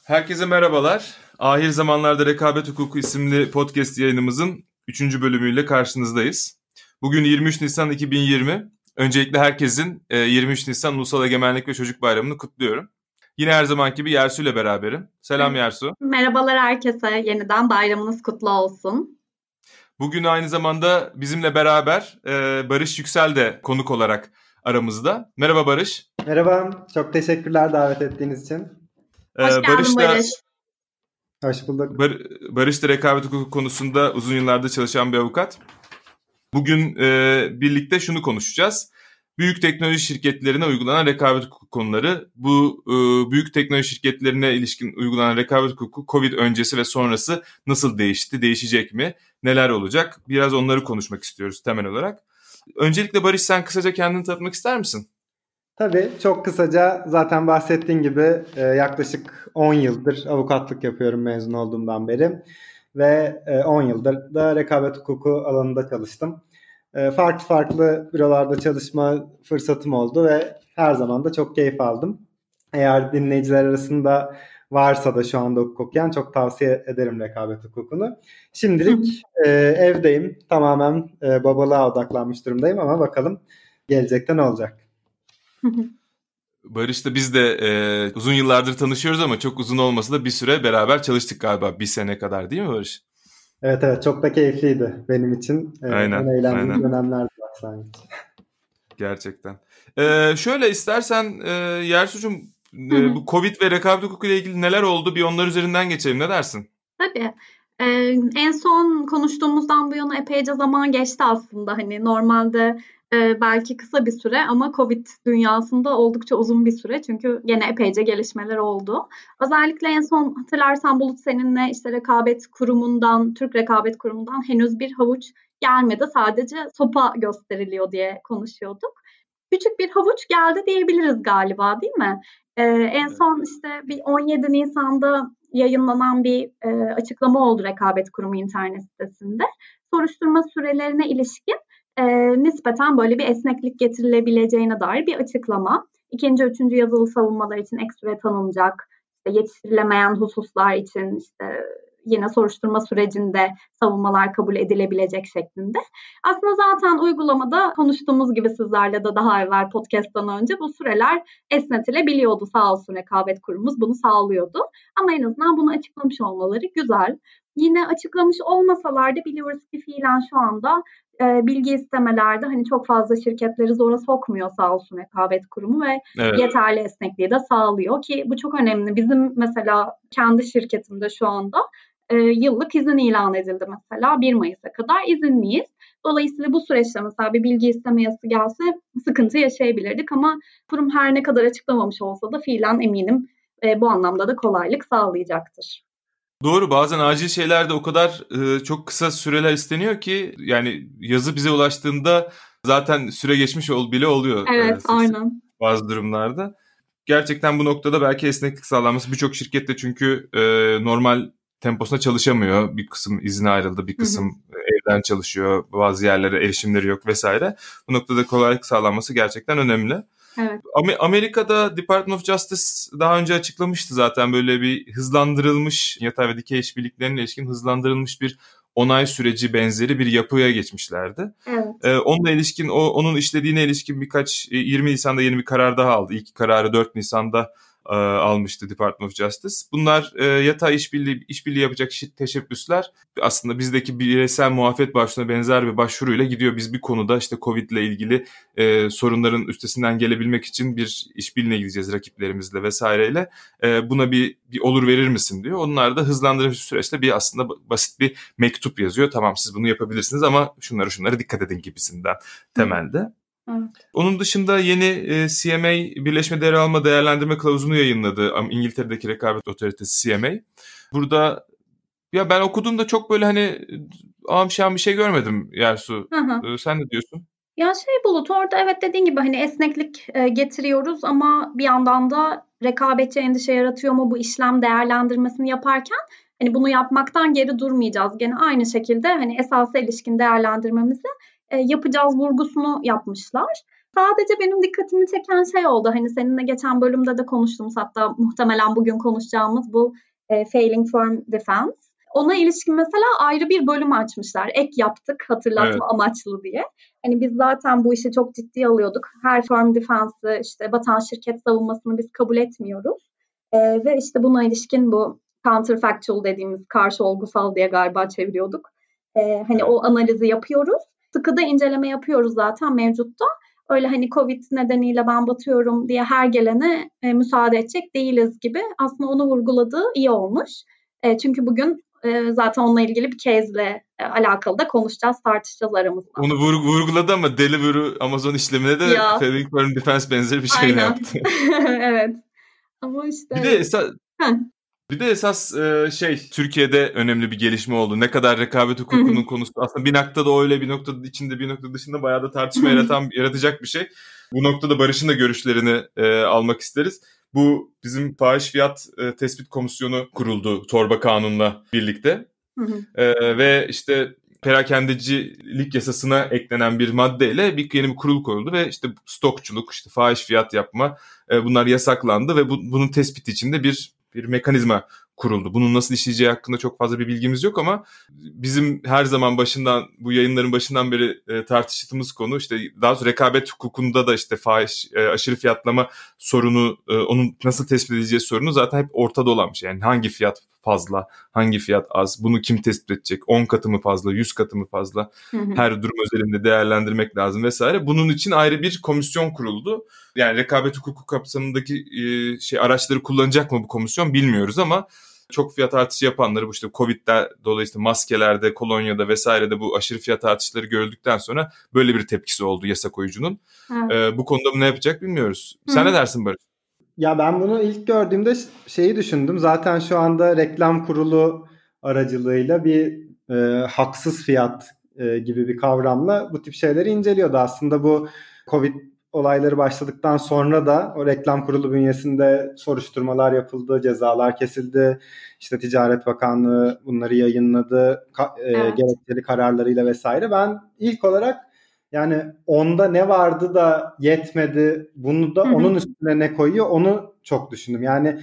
Herkese merhabalar. Ahir Zamanlarda Rekabet Hukuku isimli podcast yayınımızın 3. bölümüyle karşınızdayız. Bugün 23 Nisan 2020. Öncelikle herkesin 23 Nisan Ulusal Egemenlik ve Çocuk Bayramı'nı kutluyorum. Yine her zamanki gibi Yersu ile beraberim. Selam Yersu. Merhabalar herkese. Yeniden bayramınız kutlu olsun. Bugün aynı zamanda bizimle beraber Barış Yüksel de konuk olarak aramızda. Merhaba Barış. Merhaba. Çok teşekkürler davet ettiğiniz için. Hoş geldin Barış. Hoş bulduk. Barış da rekabet hukuku konusunda uzun yıllardır çalışan bir avukat. Bugün birlikte şunu konuşacağız. Büyük teknoloji şirketlerine uygulanan rekabet hukuku konuları. Bu büyük teknoloji şirketlerine ilişkin uygulanan rekabet hukuku COVID öncesi ve sonrası nasıl değişti, değişecek mi, neler olacak? Biraz onları konuşmak istiyoruz temel olarak. Öncelikle Barış, sen kısaca kendini tanıtmak ister misin? Tabii, çok kısaca zaten bahsettiğin gibi yaklaşık 10 yıldır avukatlık yapıyorum mezun olduğumdan beri. Ve 10 yıldır da rekabet hukuku alanında çalıştım. Farklı bürolarda çalışma fırsatım oldu ve her zaman da çok keyif aldım. Eğer dinleyiciler arasında varsa da şu anda hukuk okuyan çok tavsiye ederim rekabet hukukunu. Şimdilik evdeyim. Tamamen babalığa odaklanmış durumdayım ama bakalım gelecekte ne olacak? Barış'la biz de uzun yıllardır tanışıyoruz ama çok uzun olmasa da bir süre beraber çalıştık galiba. Bir sene kadar, değil mi Barış? Evet, çok da keyifliydi benim için. Aynen. En eğlendiğim dönemlerdi başlangıç. Gerçekten. Şöyle istersen Yersu'cum bu COVID ve rekabet hukuku ile ilgili neler oldu, bir onlar üzerinden geçelim. Ne dersin? Tabii. En son konuştuğumuzdan bu yana epeyce zaman geçti aslında. Hani normalde belki kısa bir süre ama COVID dünyasında oldukça uzun bir süre. Çünkü gene epeyce gelişmeler oldu. Özellikle en son hatırlarsan Bulut seninle işte Türk Rekabet Kurumu'ndan henüz bir havuç gelmedi. Sadece sopa gösteriliyor diye konuşuyorduk. Küçük bir havuç geldi diyebiliriz galiba, değil mi? En son işte bir 17 Nisan'da yayınlanan bir açıklama oldu Rekabet Kurumu internet sitesinde. Soruşturma sürelerine ilişkin nispeten böyle bir esneklik getirilebileceğine dair bir açıklama. İkinci, üçüncü yazılı savunmalar için ek süre tanınacak. İşte yetiştirilemeyen hususlar için işte yine soruşturma sürecinde savunmalar kabul edilebilecek şeklinde. Aslında zaten uygulamada konuştuğumuz gibi sizlerle de daha evvel podcast'tan önce bu süreler esnetilebiliyordu. Sağ olsun Rekabet Kurumumuz bunu sağlıyordu. Ama en azından bunu açıklamış olmaları güzel. Yine açıklamış olmasalar da biliyoruz ki fiilen şu anda bilgi istemelerde hani çok fazla şirketleri zora sokmuyor sağ olsun Rekabet Kurumu ve yeterli esnekliği de sağlıyor ki bu çok önemli. Bizim mesela kendi şirketimde şu anda yıllık izin ilan edildi mesela 1 Mayıs'a kadar izinliyiz. Dolayısıyla bu süreçte mesela bir bilgi isteme yazısı gelse sıkıntı yaşayabilirdik ama kurum her ne kadar açıklamamış olsa da fiilen eminim bu anlamda da kolaylık sağlayacaktır. Doğru, bazen acil şeylerde o kadar çok kısa süreler isteniyor ki yani yazı bize ulaştığında zaten süre geçmiş bile oluyor. Evet, aynen. Bazı durumlarda. Gerçekten bu noktada belki esneklik sağlanması, birçok şirket de çünkü normal temposunda çalışamıyor. Bir kısım izine ayrıldı, bir kısım evden çalışıyor, bazı yerlere erişimleri yok vesaire. Bu noktada kolaylık sağlanması gerçekten önemli. Evet. Amerika'da Department of Justice daha önce açıklamıştı zaten, böyle bir hızlandırılmış yatay ve dikey işbirliklerine ilişkin hızlandırılmış bir onay süreci benzeri bir yapıya geçmişlerdi. Evet. Onunla ilişkin, onun işlediğine ilişkin 20 Nisan'da yeni bir karar daha aldı. İlk kararı 4 Nisan'da almıştı Department of Justice. Bunlar yatay işbirliği yapacak teşebbüsler aslında bizdeki bireysel muafiyet başvuruna benzer bir başvuruyla gidiyor. Biz bir konuda işte Covid ile ilgili sorunların üstesinden gelebilmek için bir işbirliğine gideceğiz rakiplerimizle vesaireyle. Buna bir olur verir misin diyor. Onlar da hızlandırılmış süreçte bir aslında basit bir mektup yazıyor. Tamam, siz bunu yapabilirsiniz ama şunlara dikkat edin gibisinden temelde. Evet. Onun dışında yeni CMA Birleşme Devralma Değerlendirme Kılavuzu'nu yayınladı İngiltere'deki rekabet otoritesi CMA. Burada ya ben okuduğumda çok böyle hani amşan bir şey görmedim Yersu. Sen ne diyorsun? Ya Bulut, orada evet dediğin gibi hani esneklik getiriyoruz ama bir yandan da rekabetçi endişe yaratıyor mu bu işlem değerlendirmesini yaparken hani bunu yapmaktan geri durmayacağız. Gene aynı şekilde hani esasa ilişkin değerlendirmemizi yapacağız vurgusunu yapmışlar. Sadece benim dikkatimi çeken şey oldu. Hani seninle geçen bölümde de konuştuğumuz, hatta muhtemelen bugün konuşacağımız bu Failing Firm Defense. Ona ilişkin mesela ayrı bir bölüm açmışlar. Ek yaptık hatırlatma amaçlı diye. Hani biz zaten bu işi çok ciddiye alıyorduk. Her firm defense'ı, işte batan şirket savunmasını biz kabul etmiyoruz. Ve işte buna ilişkin bu counterfactual dediğimiz karşı olgusal diye galiba çeviriyorduk. Hani o analizi yapıyoruz. Sıkı da inceleme yapıyoruz zaten mevcutta. Öyle hani Covid nedeniyle ben batıyorum diye her gelene müsaade edecek değiliz gibi aslında onu vurguladığı iyi olmuş. Çünkü bugün zaten onunla ilgili bir case'le alakalı da konuşacağız, tartışacağız aramızda. Onu vurguladı ama Deliveroo Amazon işlemine de Failing Firm Defense benzeri bir şeyle yaptı. Evet. Ama işte bir de esas Türkiye'de önemli bir gelişme oldu. Ne kadar rekabet hukukunun konusu aslında bir noktada öyle, bir noktada içinde, bir noktada dışında bayağı da tartışma yaratacak bir şey. Bu noktada Barış'ın da görüşlerini almak isteriz. Bu bizim fahiş fiyat tespit komisyonu kuruldu torba kanunla birlikte. Ve işte perakendecilik yasasına eklenen bir maddeyle yeni bir kurul kuruldu ve işte stokçuluk, işte fahiş fiyat yapma bunlar yasaklandı ve bunun tespiti için de bir mekanizma kuruldu. Bunun nasıl işleyeceği hakkında çok fazla bir bilgimiz yok ama bizim her zaman bu yayınların başından beri tartıştığımız konu, işte daha sonra rekabet hukukunda da işte fahiş, aşırı fiyatlama sorunu, onun nasıl tespit edileceği sorunu zaten hep ortada olan bir şey. Yani hangi fiyat fazla, hangi fiyat az, bunu kim tespit edecek, 10 katı mı fazla, 100 katı mı fazla, her durum özelinde değerlendirmek lazım vesaire. Bunun için ayrı bir komisyon kuruldu. Yani rekabet hukuku kapsamındaki araçları kullanacak mı bu komisyon bilmiyoruz ama çok fiyat artışı yapanları, bu işte Covid'de dolayısıyla maskelerde, kolonyada vesairede bu aşırı fiyat artışları görüldükten sonra böyle bir tepkisi oldu yasa koyucunun. Bu konuda ne yapacak bilmiyoruz. Sen ne dersin Barış? Ya ben bunu ilk gördüğümde şeyi düşündüm. Zaten şu anda reklam kurulu aracılığıyla bir haksız fiyat gibi bir kavramla bu tip şeyleri inceliyordu. Aslında bu Covid olayları başladıktan sonra da o reklam kurulu bünyesinde soruşturmalar yapıldı, cezalar kesildi. İşte Ticaret Bakanlığı bunları yayınladı, gerekçeli kararlarıyla vesaire. Ben ilk olarak yani onda ne vardı da yetmedi, bunu da onun üstüne ne koyuyor onu çok düşündüm. Yani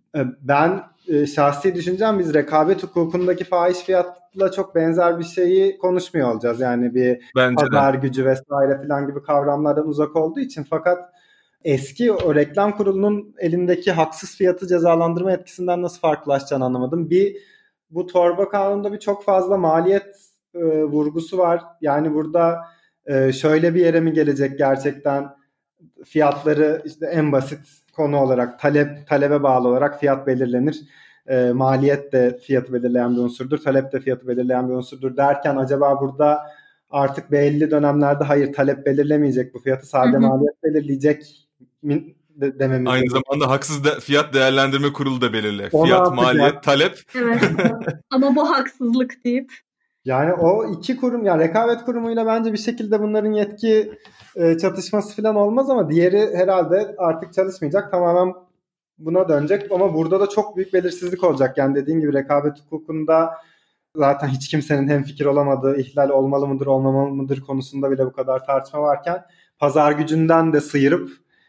ben şahsi düşüncem, biz rekabet hukukundaki fahiş fiyatla çok benzer bir şeyi konuşmuyor olacağız. Yani bir pazar gücü vesaire falan gibi kavramlardan uzak olduğu için. Fakat eski o reklam kurulunun elindeki haksız fiyatı cezalandırma etkisinden nasıl farklılaşacağını anlamadım. Bu torba kanununda çok fazla maliyet vurgusu var. Yani burada şöyle bir yere mi gelecek gerçekten, fiyatları işte en basit konu olarak talebe bağlı olarak fiyat belirlenir. Maliyet de fiyatı belirleyen bir unsurdur. Talep de fiyatı belirleyen bir unsurdur derken acaba burada artık belli dönemlerde hayır talep belirlemeyecek, bu fiyatı sade maliyet belirleyecek dememiz. Aynı zamanda haksız fiyat değerlendirme kurulu da belirler. Fiyat, maliyet, talep. Evet. Ama bu haksızlık deyip. Yani o iki kurum, yani rekabet kurumuyla bence bir şekilde bunların yetki çatışması falan olmaz ama diğeri herhalde artık çalışmayacak. Tamamen buna dönecek ama burada da çok büyük belirsizlik olacak. Yani dediğin gibi rekabet hukukunda zaten hiç kimsenin hemfikir olamadığı, ihlal olmalı mıdır olmamalı mıdır konusunda bile bu kadar tartışma varken pazar gücünden de sıyırıp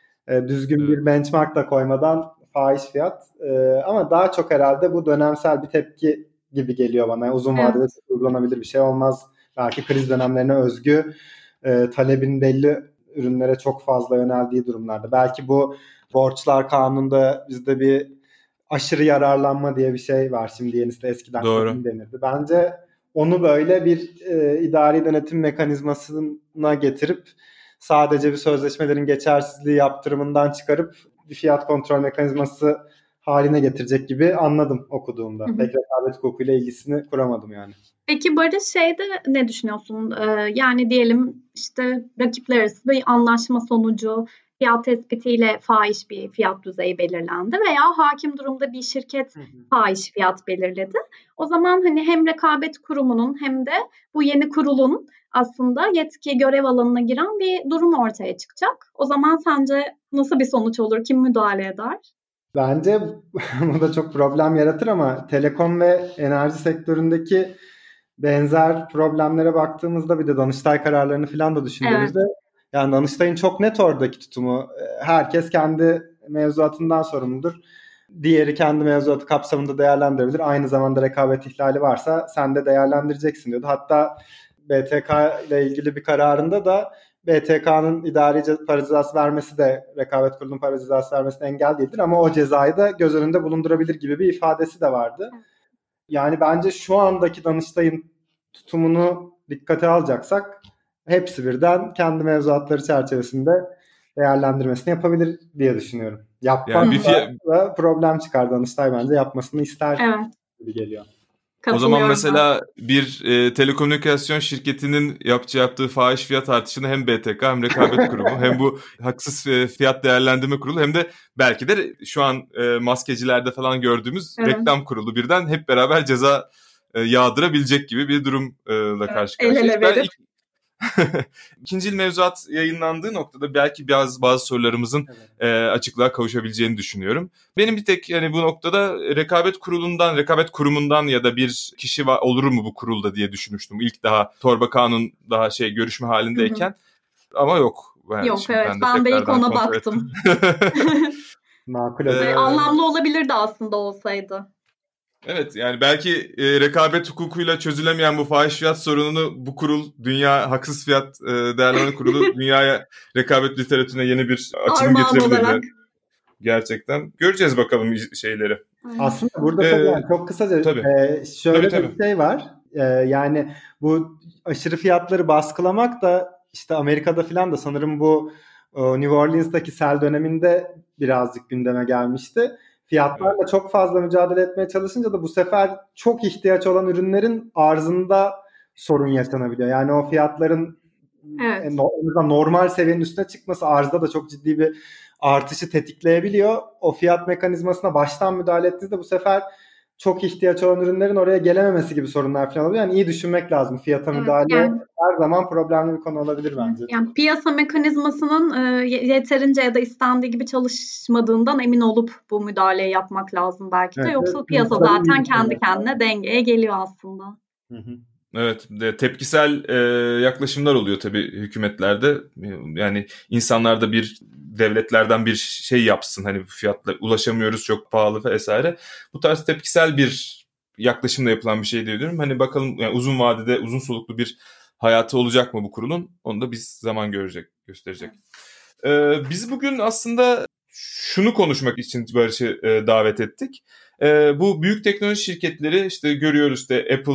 düzgün bir benchmark da koymadan fahiş fiyat. Ama daha çok herhalde bu dönemsel bir tepki gibi geliyor bana. Uzun vadede uygulanabilir bir şey olmaz. Belki kriz dönemlerine özgü talebin belli ürünlere çok fazla yöneldiği durumlarda. Belki bu borçlar kanununda bizde bir aşırı yararlanma diye bir şey var. Şimdi yenisi de eskiden denirdi. Bence onu böyle bir idari denetim mekanizmasına getirip sadece bir sözleşmelerin geçersizliği yaptırımından çıkarıp bir fiyat kontrol mekanizması haline getirecek gibi anladım okuduğumda. Pek rekabet hukukuyla ilgisini kuramadım yani. Peki Barış, ne düşünüyorsun? Yani diyelim işte rakipler arası bir anlaşma sonucu fiyat tespitiyle fahiş bir fiyat düzeyi belirlendi veya hakim durumda bir şirket fahiş fiyat belirledi. O zaman hani hem rekabet kurumunun hem de bu yeni kurulun aslında yetki görev alanına giren bir durum ortaya çıkacak. O zaman sence nasıl bir sonuç olur? Kim müdahale eder? Bence bu da çok problem yaratır ama telekom ve enerji sektöründeki benzer problemlere baktığımızda bir de Danıştay kararlarını falan da düşündüğümüzde Yani Danıştay'ın çok net oradaki tutumu. Herkes kendi mevzuatından sorumludur. Diğeri kendi mevzuatı kapsamında değerlendirebilir. Aynı zamanda rekabet ihlali varsa sen de değerlendireceksin diyordu. Hatta BTK ile ilgili bir kararında da BTK'nın idari para cezası vermesi de Rekabet Kurulu'nun para cezası vermesine engel değildir ama o cezayı da göz önünde bulundurabilir gibi bir ifadesi de vardı. Yani bence şu andaki Danıştay'ın tutumunu dikkate alacaksak hepsi birden kendi mevzuatları çerçevesinde değerlendirmesini yapabilir diye düşünüyorum. Yapmakla problem çıkar Danıştay, bence yapmasını ister gibi geliyor. O zaman mesela bir telekomünikasyon şirketinin yaptığı fahiş fiyat artışını hem BTK hem Rekabet Kurumu hem bu haksız fiyat değerlendirme kurulu hem de belki de şu an maskecilerde falan gördüğümüz reklam kurulu birden hep beraber ceza yağdırabilecek gibi bir durumla karşı karşıyayız. İkinci yıl mevzuat yayınlandığı noktada belki bazı sorularımızın açıklığa kavuşabileceğini düşünüyorum. Benim bir tek bu noktada rekabet kurumundan ya da bir kişi olur mu bu kurulda diye düşünmüştüm. İlk daha torba kanun daha görüşme halindeyken. Ama yok. Yok ben de ilk ona baktım. Anlamlı olabilirdi aslında olsaydı. Evet, yani belki rekabet hukukuyla çözülemeyen bu fahiş fiyat sorununu bu kurul, Dünya Haksız Fiyat Değerlendirme Kurulu dünyaya rekabet literatürüne yeni bir açılım getirebilir. Gerçekten. Göreceğiz bakalım şeyleri. Aslında burada tabii çok kısaca şöyle bir şey var. Yani bu aşırı fiyatları baskılamak da işte Amerika'da falan da sanırım bu New Orleans'taki sel döneminde birazcık gündeme gelmişti. Fiyatlarla çok fazla mücadele etmeye çalışınca da bu sefer çok ihtiyaç olan ürünlerin arzında sorun yaşanabiliyor. Yani o fiyatların normal seviyenin üstüne çıkması arzda da çok ciddi bir artışı tetikleyebiliyor. O fiyat mekanizmasına baştan müdahale ettiğinizde bu sefer çok ihtiyaç olan ürünlerin oraya gelememesi gibi sorunlar falan oluyor. Yani iyi düşünmek lazım. Fiyata müdahale her zaman problemli bir konu olabilir bence. Yani piyasa mekanizmasının yeterince ya da istendiği gibi çalışmadığından emin olup bu müdahaleyi yapmak lazım belki de. Yoksa piyasa zaten kendi kendine dengeye geliyor aslında. Evet, tepkisel yaklaşımlar oluyor tabii hükümetlerde. Yani insanlar da devletlerden bir şey yapsın. Hani fiyatlar ulaşamıyoruz, çok pahalı vesaire. Bu tarz tepkisel bir yaklaşımla yapılan bir şey diyorum. Hani bakalım uzun vadede uzun soluklu bir hayatı olacak mı bu kurulun? Onu da biz zaman gösterecek. Biz bugün aslında şunu konuşmak için Barış'ı davet ettik. Bu büyük teknoloji şirketleri görüyoruz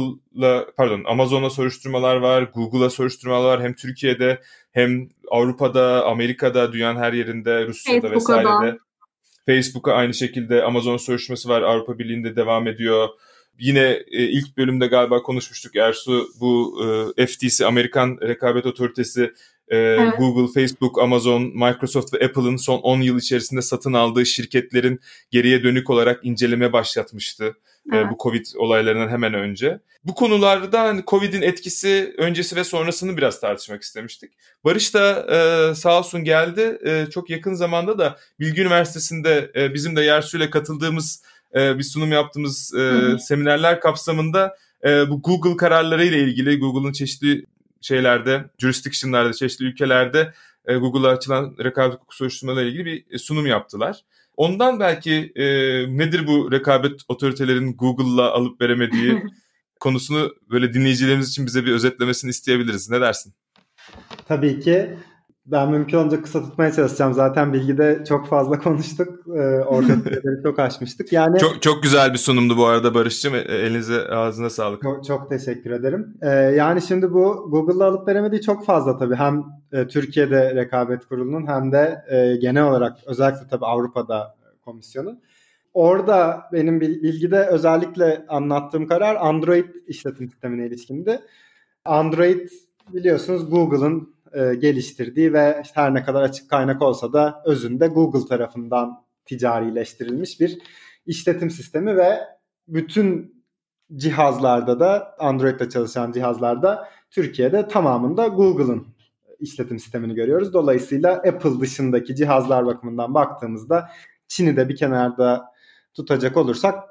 Amazon'la soruşturmalar var, Google'la soruşturmalar var, hem Türkiye'de hem Avrupa'da, Amerika'da, dünyanın her yerinde, Rusya'da vesairede. Facebook'a aynı şekilde Amazon soruşturması var, Avrupa Birliği'nde devam ediyor. Yine ilk bölümde galiba konuşmuştuk Ersu, bu FTC, Amerikan Rekabet Otoritesi, Google, Facebook, Amazon, Microsoft ve Apple'ın son 10 yıl içerisinde satın aldığı şirketlerin geriye dönük olarak inceleme başlatmıştı. Bu Covid olaylarından hemen önce. Bu konularda Covid'in etkisi öncesi ve sonrasını biraz tartışmak istemiştik. Barış da sağ olsun geldi. Çok yakın zamanda da Bilgi Üniversitesi'nde bizim de Yersu'yla katıldığımız bir sunum yaptığımız seminerler kapsamında bu Google kararları ile ilgili, Google'ın çeşitli jurisdiction'larda, çeşitli ülkelerde Google'a açılan rekabet hukuku soruşturmalarıyla ilgili bir sunum yaptılar. Ondan belki nedir bu rekabet otoritelerinin Google'la alıp veremediği konusunu böyle dinleyicilerimiz için bize bir özetlemesini isteyebiliriz. Ne dersin? Tabii ki. Ben mümkün olunca kısa tutmaya çalışacağım. Zaten Bilgi'de çok fazla konuştuk. Orada süreleri çok aşmıştık. Yani çok güzel bir sunumdu bu arada Barış'cığım. Elinize, ağzına sağlık. Çok teşekkür ederim. Yani şimdi bu Google'la alıp veremediği çok fazla tabii. Hem Türkiye'de Rekabet Kurulu'nun hem de genel olarak özellikle tabii Avrupa'da komisyonun. Orada benim Bilgi'de özellikle anlattığım karar Android işletim sistemine ilişkindi. Android biliyorsunuz Google'ın geliştirdiği ve her ne kadar açık kaynak olsa da özünde Google tarafından ticarileştirilmiş bir işletim sistemi ve bütün cihazlarda da, Android'de çalışan cihazlarda Türkiye'de tamamında Google'ın işletim sistemini görüyoruz. Dolayısıyla Apple dışındaki cihazlar bakımından baktığımızda Çin'i de bir kenarda tutacak olursak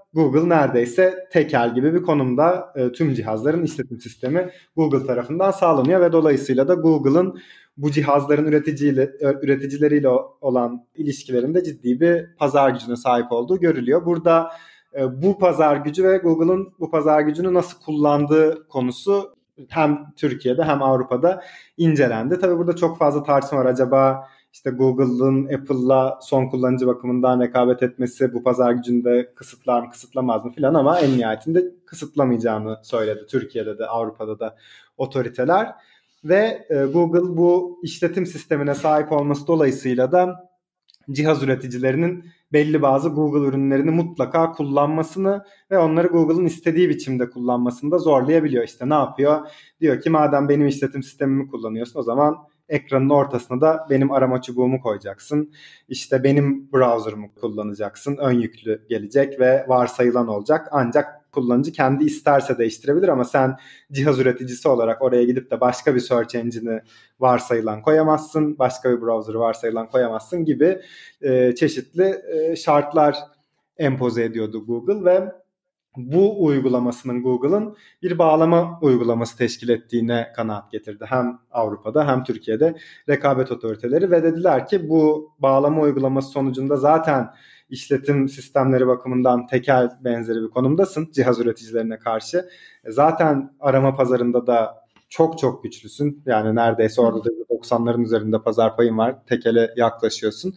Google neredeyse tekel gibi bir konumda. Tüm cihazların işletim sistemi Google tarafından sağlanıyor ve dolayısıyla da Google'ın bu cihazların üreticileriyle olan ilişkilerinde ciddi bir pazar gücüne sahip olduğu görülüyor. Burada bu pazar gücü ve Google'ın bu pazar gücünü nasıl kullandığı konusu hem Türkiye'de hem Avrupa'da incelendi. Tabii burada çok fazla tartışma var. Acaba işte Google'ın Apple'la son kullanıcı bakımından rekabet etmesi bu pazar gücünü de kısıtlar mı kısıtlamaz mı filan, ama en nihayetinde kısıtlamayacağını söyledi Türkiye'de de Avrupa'da da otoriteler. Ve Google bu işletim sistemine sahip olması dolayısıyla da cihaz üreticilerinin belli bazı Google ürünlerini mutlaka kullanmasını ve onları Google'ın istediği biçimde kullanmasını da zorlayabiliyor. İşte ne yapıyor? Diyor ki madem benim işletim sistemimi kullanıyorsun, o zaman ekranın ortasına da benim arama çubuğumu koyacaksın. İşte benim browser'ımı kullanacaksın. Ön yüklü gelecek ve varsayılan olacak. Ancak kullanıcı kendi isterse değiştirebilir, ama sen cihaz üreticisi olarak oraya gidip de başka bir search engine'i varsayılan koyamazsın, başka bir browser'ı varsayılan koyamazsın gibi çeşitli şartlar empoze ediyordu Google ve bu uygulamasının Google'ın bir bağlama uygulaması teşkil ettiğine kanaat getirdi. Hem Avrupa'da hem Türkiye'de rekabet otoriteleri ve dediler ki bu bağlama uygulaması sonucunda zaten işletim sistemleri bakımından tekel benzeri bir konumdasın cihaz üreticilerine karşı. Zaten arama pazarında da çok çok güçlüsün. Yani neredeyse orada da 90'ların üzerinde pazar payın var. Tekele yaklaşıyorsun.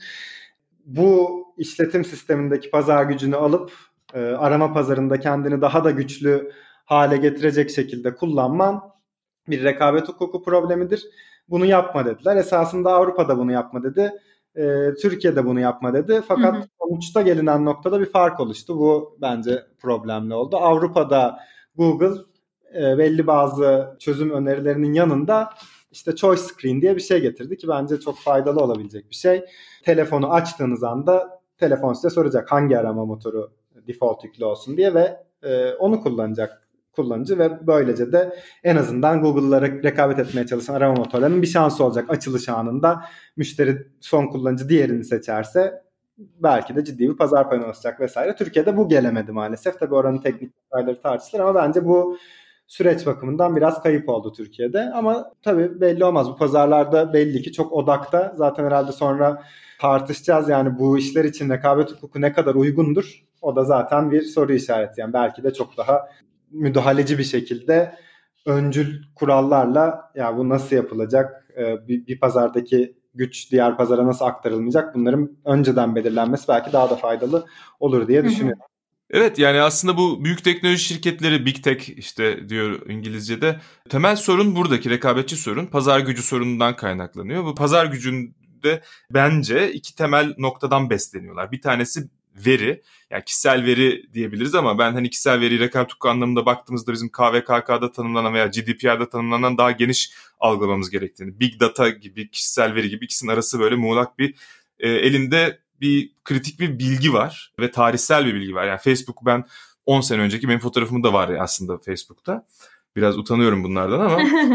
Bu işletim sistemindeki pazar gücünü alıp arama pazarında kendini daha da güçlü hale getirecek şekilde kullanman bir rekabet hukuku problemidir. Bunu yapma dediler. Esasında Avrupa'da bunu yapma dedi. Türkiye'de bunu yapma dedi. Fakat sonuçta gelinen noktada bir fark oluştu. Bu bence problemli oldu. Avrupa'da Google belli bazı çözüm önerilerinin yanında işte choice screen diye bir şey getirdi ki bence çok faydalı olabilecek bir şey. Telefonu açtığınız anda telefon size soracak hangi arama motoru default yüklü olsun diye ve onu kullanacak kullanıcı ve böylece de en azından Google'la rekabet etmeye çalışan arama motorlarının bir şansı olacak. Açılış anında müşteri son kullanıcı diğerini seçerse belki de ciddi bir pazar payına ulaşacak vesaire. Türkiye'de bu gelemedi maalesef. Tabii oranın teknik detayları tartışılır ama bence bu süreç bakımından biraz kayıp oldu Türkiye'de. Ama tabii belli olmaz. Bu pazarlarda belli ki çok odakta. Zaten herhalde sonra tartışacağız. Yani bu işler için rekabet hukuku ne kadar uygundur? O da zaten bir soru işareti. Yani belki de çok daha müdahaleci bir şekilde öncül kurallarla ya bu nasıl yapılacak? Bir pazardaki güç diğer pazara nasıl aktarılmayacak? Bunların önceden belirlenmesi belki daha da faydalı olur diye düşünüyorum. Evet, yani aslında bu büyük teknoloji şirketleri, Big Tech işte diyor İngilizce'de, temel sorun buradaki rekabetçi sorun pazar gücü sorunundan kaynaklanıyor. Bu pazar gücünde bence iki temel noktadan besleniyorlar. Bir tanesi veri, yani kişisel veri diyebiliriz ama ben hani kişisel veri rekabet hukuku anlamında baktığımızda bizim KVKK'da tanımlanan veya GDPR'da tanımlanan daha geniş algılamamız gerektiğini, Big Data gibi, kişisel veri gibi ikisinin arası böyle muğlak bir elinde bir kritik bir bilgi var ve tarihsel bir bilgi var. Yani Facebook, ben 10 sene önceki benim fotoğrafım da var aslında Facebook'ta. Biraz utanıyorum bunlardan ama.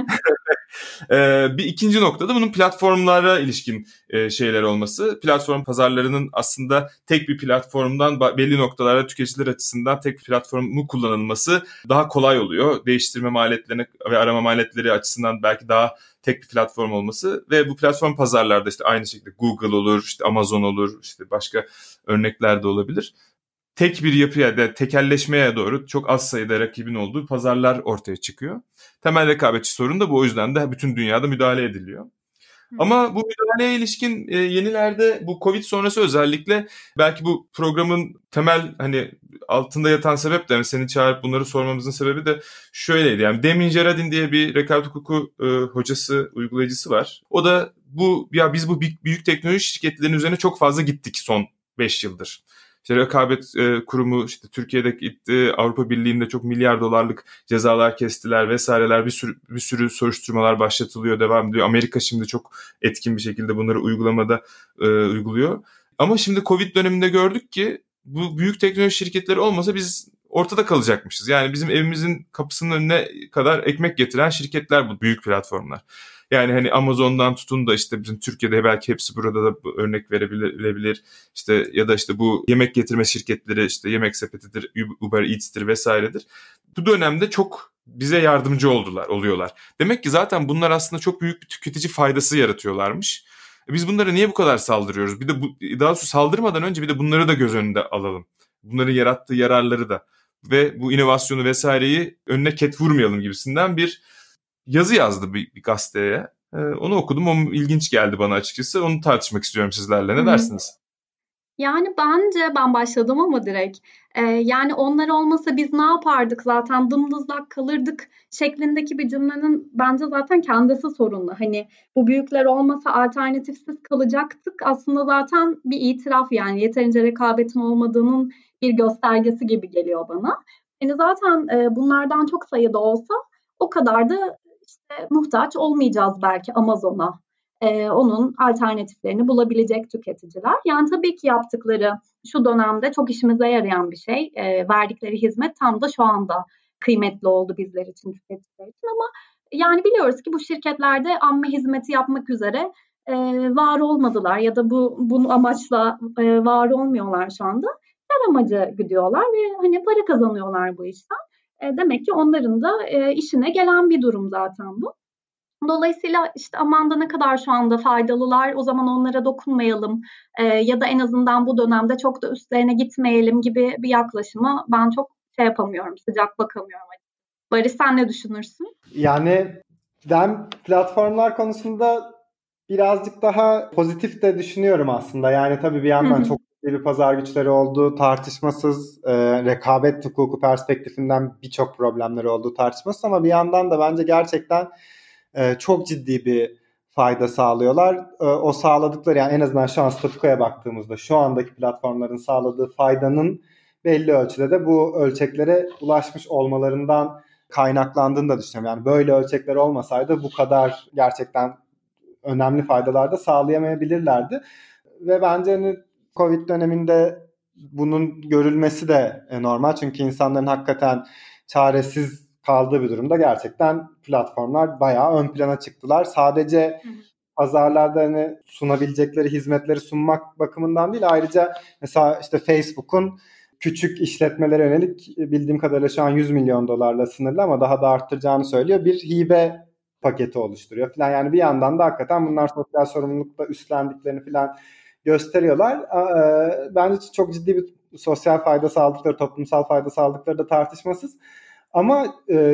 Bir ikinci noktada bunun platformlara ilişkin şeyler olması. Platform pazarlarının aslında tek bir platformdan belli noktalarda tüketiciler açısından tek bir platformu kullanılması daha kolay oluyor. Değiştirme maliyetlerine ve arama maliyetleri açısından belki daha tek bir platform olması ve bu platform pazarlarda işte aynı şekilde Google olur, işte Amazon olur, işte başka örnekler de olabilir. Tek bir yapıya, tekelleşmeye doğru çok az sayıda rakibin olduğu pazarlar ortaya çıkıyor. Temel rekabetçi sorun da bu, o yüzden de bütün dünyada müdahale ediliyor. Ama bu müdahaleye ilişkin yenilerde bu Covid sonrası özellikle belki bu programın temel hani altında yatan sebep de, yani seni çağırıp bunları sormamızın sebebi de şöyleydi. Yani Damien Gerardin diye bir rekabet hukuku hocası, uygulayıcısı var. O da biz bu büyük teknoloji şirketlerinin üzerine çok fazla gittik son 5 yıldır. İşte rekabet kurumu işte Türkiye'de gitti, Avrupa Birliği'nde çok milyar dolarlık cezalar kestiler vesaireler, bir sürü soruşturmalar başlatılıyor, devam ediyor. Amerika şimdi çok etkin bir şekilde bunları uygulamada uyguluyor. Ama şimdi Covid döneminde gördük ki bu büyük teknoloji şirketleri olmasa biz ortada kalacakmışız. Yani bizim evimizin kapısının önüne kadar ekmek getiren şirketler bu büyük platformlar. Yani hani Amazon'dan tutun da işte bizim Türkiye'de belki hepsi burada da örnek verebilir. İşte ya da işte bu yemek getirme şirketleri, işte Yemek Sepeti'dir, Uber Eats'tir vesairedir. Bu dönemde çok bize yardımcı oluyorlar. Demek ki zaten bunlar aslında çok büyük bir tüketici faydası yaratıyorlarmış. Biz bunlara niye bu kadar saldırıyoruz? Bir de daha doğrusu saldırmadan önce bir de bunları da göz önünde alalım. Bunların yarattığı yararları da ve bu inovasyonu vesaireyi önüne ket vurmayalım gibisinden bir yazı yazdı bir gazeteye. Onu okudum. O ilginç geldi bana açıkçası. Onu tartışmak istiyorum sizlerle. Ne dersiniz? Yani bence ben başladım ama direkt. Yani onlar olmasa biz ne yapardık zaten dımdızlak kalırdık şeklindeki bir cümlenin bence zaten kendisi sorunlu. Hani bu büyükler olmasa alternatifsiz kalacaktık aslında zaten bir itiraf yani yeterince rekabetin olmadığının bir göstergesi gibi geliyor bana. Hani zaten bunlardan çok sayıda olsa o kadar da işte muhtaç olmayacağız belki Amazon'a. Onun alternatiflerini bulabilecek tüketiciler. Yani tabii ki yaptıkları şu dönemde çok işimize yarayan bir şey. Verdikleri hizmet tam da şu anda kıymetli oldu bizler için, tüketiciler için ama yani biliyoruz ki bu şirketlerde amme hizmeti yapmak üzere var olmadılar ya da bunu amaçla var olmuyorlar şu anda. Her amaca gidiyorlar ve hani para kazanıyorlar bu işten. Demek ki onların da işine gelen bir durum zaten bu. Dolayısıyla işte aman da ne kadar şu anda faydalılar, o zaman onlara dokunmayalım ya da en azından bu dönemde çok da üstlerine gitmeyelim gibi bir yaklaşıma ben çok yapamıyorum, sıcak bakamıyorum. Barış sen ne düşünürsün? Yani ben platformlar konusunda birazcık daha pozitif de düşünüyorum aslında. Yani tabii bir yandan çok ciddi bir pazar güçleri olduğu tartışmasız, rekabet hukuku perspektifinden birçok problemleri olduğu tartışmasız ama bir yandan da bence gerçekten çok ciddi bir fayda sağlıyorlar. O sağladıkları yani en azından şu an statükoya baktığımızda şu andaki platformların sağladığı faydanın belli ölçüde de bu ölçeklere ulaşmış olmalarından kaynaklandığını da düşünüyorum. Yani böyle ölçekler olmasaydı bu kadar gerçekten önemli faydalar da sağlayamayabilirlerdi. Ve bence hani Covid döneminde bunun görülmesi de normal. Çünkü insanların hakikaten çaresiz kaldığı bir durumda gerçekten platformlar bayağı ön plana çıktılar. Sadece pazarlarda hani sunabilecekleri hizmetleri sunmak bakımından değil, ayrıca mesela işte Facebook'un küçük işletmelere yönelik bildiğim kadarıyla şu an 100 milyon dolarla sınırlı ama daha da arttıracağını söylüyor. Bir hibe paketi oluşturuyor falan. Yani bir yandan da hakikaten bunlar sosyal sorumlulukla üstlendiklerini falan gösteriyorlar. Bence çok ciddi bir sosyal fayda sağladıkları, toplumsal fayda sağladıkları da tartışmasız. Ama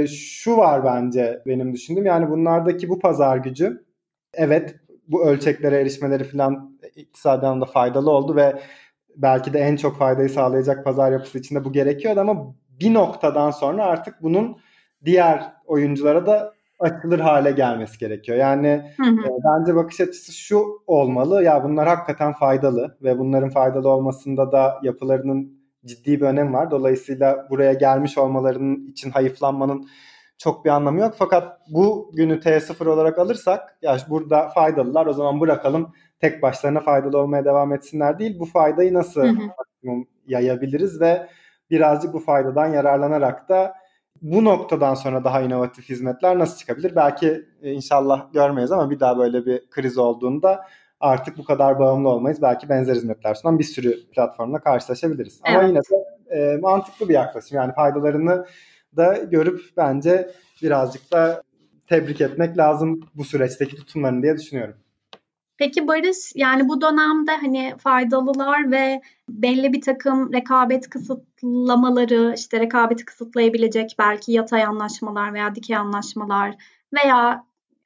şu var bence benim düşündüğüm, yani bunlardaki bu pazar gücü, evet bu ölçeklere erişmeleri falan iktisadi anlamda faydalı oldu ve belki de en çok faydayı sağlayacak pazar yapısı içinde bu gerekiyordu ama bir noktadan sonra artık bunun diğer oyunculara da açılır hale gelmesi gerekiyor. Yani bence bakış açısı şu olmalı: ya bunlar hakikaten faydalı ve bunların faydalı olmasında da yapılarının ciddi bir önemi var. Dolayısıyla buraya gelmiş olmalarının için hayıflanmanın çok bir anlamı yok. Fakat bu günü T0 olarak alırsak, ya burada faydalılar, o zaman bırakalım tek başlarına faydalı olmaya devam etsinler değil. Bu faydayı nasıl maksimum yayabiliriz ve birazcık bu faydadan yararlanarak da bu noktadan sonra daha inovatif hizmetler nasıl çıkabilir? Belki inşallah görmeyiz ama bir daha böyle bir kriz olduğunda artık bu kadar bağımlı olmayız. Belki benzer hizmetler sunan bir sürü platformla karşılaşabiliriz. Evet. Ama yine de mantıklı bir yaklaşım. Yani faydalarını da görüp bence birazcık da tebrik etmek lazım bu süreçteki tutumlarını diye düşünüyorum. Peki Barış, yani bu dönemde hani faydalılar ve belli bir takım rekabet kısıtlamaları, işte rekabeti kısıtlayabilecek belki yatay anlaşmalar veya dikey anlaşmalar veya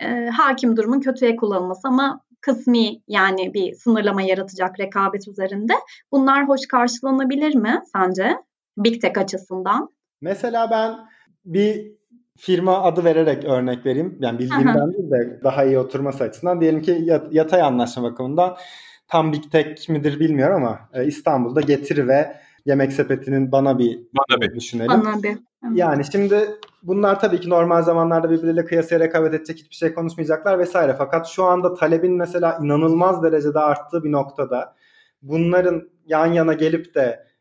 hakim durumun kötüye kullanılması ama kısmi yani bir sınırlama yaratacak rekabet üzerinde. Bunlar hoş karşılanabilir mi sence Big Tech açısından? Mesela ben bir firma adı vererek örnek vereyim. Yani bildiğimden değil de daha iyi oturması açısından. Diyelim ki yatay anlaşma bakımından tam Big Tech midir bilmiyorum ama İstanbul'da Getir ve Yemek Sepeti'nin Bana bir düşünelim. Bana bir. Yani şimdi bunlar tabii ki normal zamanlarda birbirleriyle kıyasaya rekabet edecek hiçbir şey konuşmayacaklar vesaire. Fakat şu anda talebin mesela inanılmaz derecede arttığı bir noktada bunların yan yana gelip de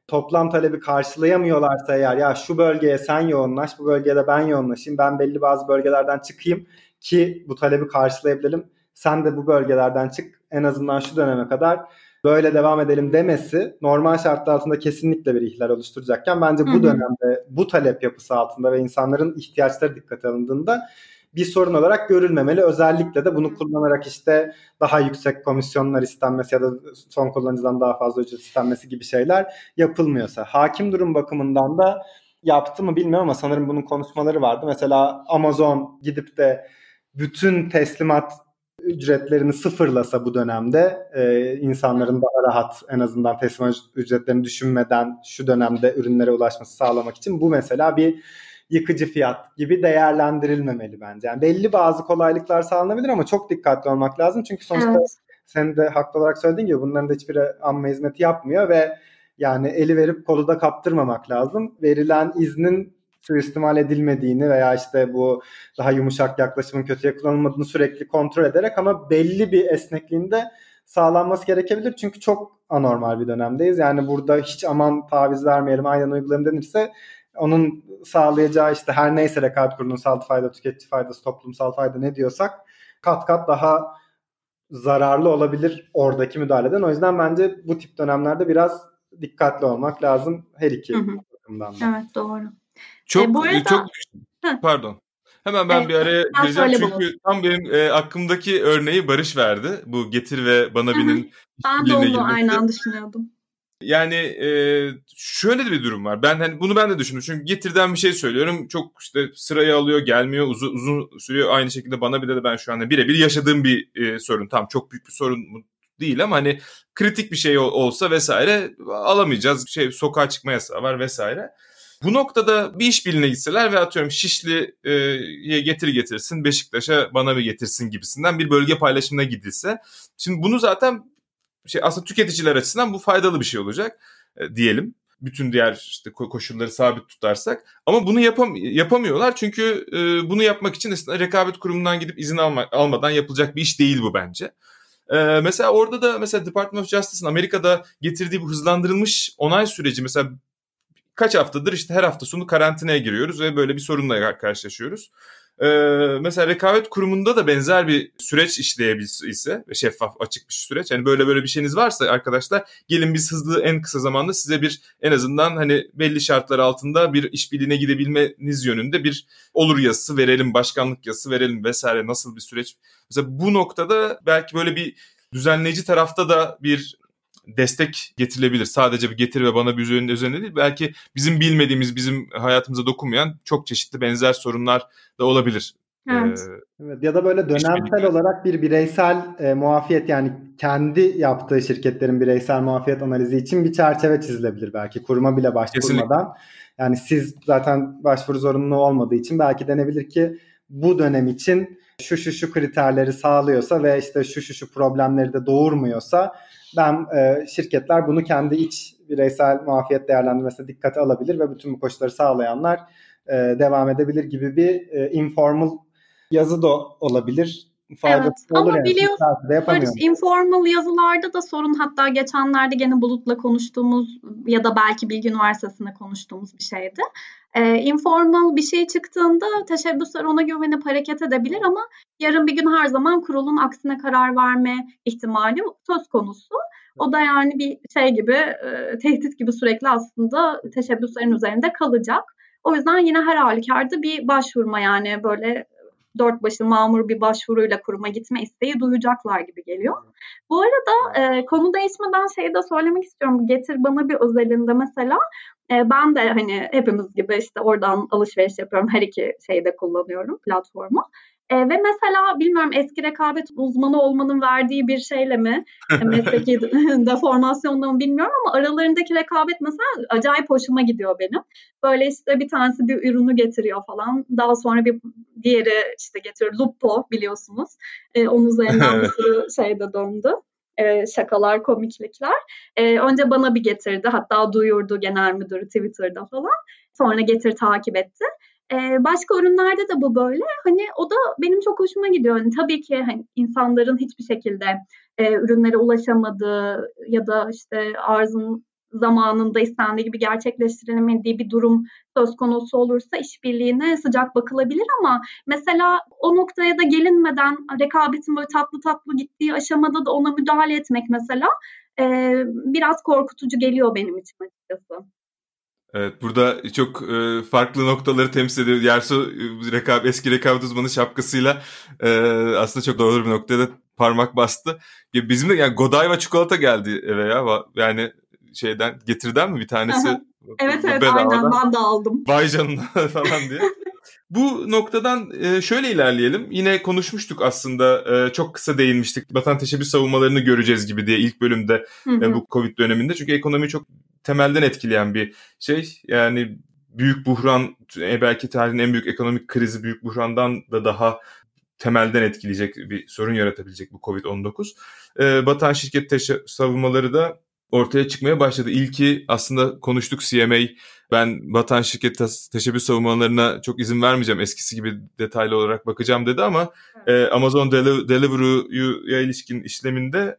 toplam talebi karşılayamıyorlarsa eğer, ya şu bölgeye sen yoğunlaş, bu bölgeye de ben yoğunlaşayım, ben belli bazı bölgelerden çıkayım ki bu talebi karşılayabilelim, sen de bu bölgelerden çık, en azından şu döneme kadar böyle devam edelim demesi normal şartlar altında kesinlikle bir ihlal oluşturacakken bence bu dönemde bu talep yapısı altında ve insanların ihtiyaçları dikkate alındığında bir sorun olarak görülmemeli. Özellikle de bunu kullanarak işte daha yüksek komisyonlar istenmesi ya da son kullanıcıdan daha fazla ücret istenmesi gibi şeyler yapılmıyorsa. Hakim durum bakımından da yaptı mı bilmiyorum ama sanırım bunun konuşmaları vardı. Mesela Amazon gidip de bütün teslimat ücretlerini sıfırlasa bu dönemde insanların daha rahat en azından teslimat ücretlerini düşünmeden şu dönemde ürünlere ulaşması sağlamak için bu mesela bir yıkıcı fiyat gibi değerlendirilmemeli bence. Yani belli bazı kolaylıklar sağlanabilir ama çok dikkatli olmak lazım. Çünkü sonuçta sen de haklı olarak söylediğin gibi bunların da hiçbiri amme hizmeti yapmıyor ve yani eli verip kolu da kaptırmamak lazım. Verilen iznin suistimal edilmediğini veya işte bu daha yumuşak yaklaşımın kötüye kullanılmadığını sürekli kontrol ederek ama belli bir esnekliğinde sağlanması gerekebilir. Çünkü çok anormal bir dönemdeyiz. Yani burada hiç aman taviz vermeyelim, aynen uygulayalım denirse onun sağlayacağı işte her neyse rekabet kurulunun sağlık fayda, tüketici faydası, toplumsal fayda ne diyorsak kat kat daha zararlı olabilir oradaki müdahaleden. O yüzden bence bu tip dönemlerde biraz dikkatli olmak lazım her iki bakımdan da. Evet, doğru. Çok bu arada... çok pardon. Hemen ben bir araya gireceğim çünkü tam benim aklımdaki örneği Barış verdi. Bu Getir ve Bana Bin'in ben de onu aynen düşünüyordum. Yani şöyle de bir durum var. Bunu ben de düşündüm. Çünkü Getir'den bir şey söylüyorum. Çok işte sırayı alıyor, gelmiyor, uzun sürüyor. Aynı şekilde Bana Bin'de de ben şu anda birebir yaşadığım bir sorun. Tam çok büyük bir sorun değil ama hani kritik bir şey olsa vesaire alamayacağız. Sokağa çıkma yasağı var vesaire. Bu noktada bir işbirliğine gitseler ve atıyorum Şişli'ye getirsin, Beşiktaş'a Bana bir getirsin gibisinden bir bölge paylaşımına gidilse. Şimdi bunu zaten aslında tüketiciler açısından bu faydalı bir şey olacak diyelim. Bütün diğer işte koşulları sabit tutarsak. Ama bunu yapamıyorlar çünkü bunu yapmak için rekabet kurumundan gidip izin almadan yapılacak bir iş değil bu bence. Mesela orada da mesela Department of Justice'ın Amerika'da getirdiği bu hızlandırılmış onay süreci mesela kaç haftadır işte her hafta sonu karantinaya giriyoruz ve böyle bir sorunla karşılaşıyoruz. Mesela rekabet kurumunda da benzer bir süreç işleyebilse ve şeffaf açık bir süreç. Yani böyle bir şeyiniz varsa arkadaşlar gelin biz hızlı en kısa zamanda size bir en azından hani belli şartlar altında bir işbirliğine gidebilmeniz yönünde bir olur yazısı verelim, başkanlık yazısı verelim vesaire nasıl bir süreç. Mesela bu noktada belki böyle bir düzenleyici tarafta da bir destek getirilebilir. Sadece bir Getir ve Bana bir üzerine değil. Belki bizim bilmediğimiz, bizim hayatımıza dokunmayan çok çeşitli benzer sorunlar da olabilir. Evet. Evet, ya da böyle dönemsel olarak bir bireysel muafiyet, yani kendi yaptığı şirketlerin bireysel muafiyet analizi için bir çerçeve çizilebilir belki kuruma bile başvurmadan. Kesinlikle. Yani siz zaten başvuru zorunluluğu olmadığı için belki denebilir ki bu dönem için şu kriterleri sağlıyorsa ve işte şu problemleri de doğurmuyorsa ben şirketler bunu kendi iç bireysel muafiyet değerlendirmesine dikkate alabilir ve bütün bu koşulları sağlayanlar devam edebilir gibi bir informal yazı da olabilir. Evet ama biliyorsun informal yazılarda da sorun, hatta geçenlerde gene Bulut'la konuştuğumuz ya da belki Bilgi Üniversitesi'nde konuştuğumuz bir şeydi. Informal bir şey çıktığında teşebbüsler ona güvenip hareket edebilir ama yarın bir gün her zaman kurulun aksine karar verme ihtimali söz konusu. O da yani bir şey gibi, tehdit gibi sürekli aslında teşebbüslerin üzerinde kalacak. O yüzden yine her halükarda bir başvurma, yani böyle dört başı mamur bir başvuruyla kuruma gitme isteği duyacaklar gibi geliyor. Bu arada konu değişmeden şeyi de söylemek istiyorum. Getir Bana bir özelinde mesela ben de hani hepimiz gibi işte oradan alışveriş yapıyorum. Her iki şeyi de kullanıyorum, platformu. Ve mesela bilmiyorum eski rekabet uzmanı olmanın verdiği bir şeyle mi, mesleki deformasyonla mı bilmiyorum ama aralarındaki rekabet mesela acayip hoşuma gidiyor benim. Böyle işte bir tanesi bir ürünü getiriyor falan. Daha sonra bir diğeri işte getiriyor. Lupo biliyorsunuz. Onun üzerinden bir sürü şey de döndü. Şakalar, komiklikler. Önce Bana bir getirdi. Hatta duyurdu genel müdürü Twitter'da falan. Sonra Getir takip etti. Başka ürünlerde de bu böyle. Hani o da benim çok hoşuma gidiyor. Yani tabii ki hani insanların hiçbir şekilde ürünlere ulaşamadığı ya da işte arzın zamanında istendiği gibi gerçekleştirilemediği bir durum söz konusu olursa işbirliğine sıcak bakılabilir ama mesela o noktaya da gelinmeden rekabetin böyle tatlı tatlı gittiği aşamada da ona müdahale etmek mesela biraz korkutucu geliyor benim için açıkçası. Evet, burada çok farklı noktaları temsil ediyor. Yersu eski rekabet uzmanı şapkasıyla aslında çok doğru bir noktaya da parmak bastı. Bizim de yani Godiva çikolata geldi eve ya. Yani Getir'den mi bir tanesi? Evet aynen, ben de aldım. Vay canına falan diye. Bu noktadan şöyle ilerleyelim. Yine konuşmuştuk aslında, çok kısa değinmiştik. Vatan teşebbüs savunmalarını göreceğiz gibi diye ilk bölümde bu Covid döneminde. Çünkü ekonomiyi çok temelden etkileyen bir şey. Yani büyük buhran, belki tarihin en büyük ekonomik krizi, büyük buhrandan da daha temelden etkileyecek bir sorun yaratabilecek bu Covid-19. Vatan şirket savunmaları da ortaya çıkmaya başladı. İlki aslında konuştuk, CMA. Ben vatan şirket teşebbüs savunmalarına çok izin vermeyeceğim, eskisi gibi detaylı olarak bakacağım dedi ama Amazon Deliveroo'ya ilişkin işleminde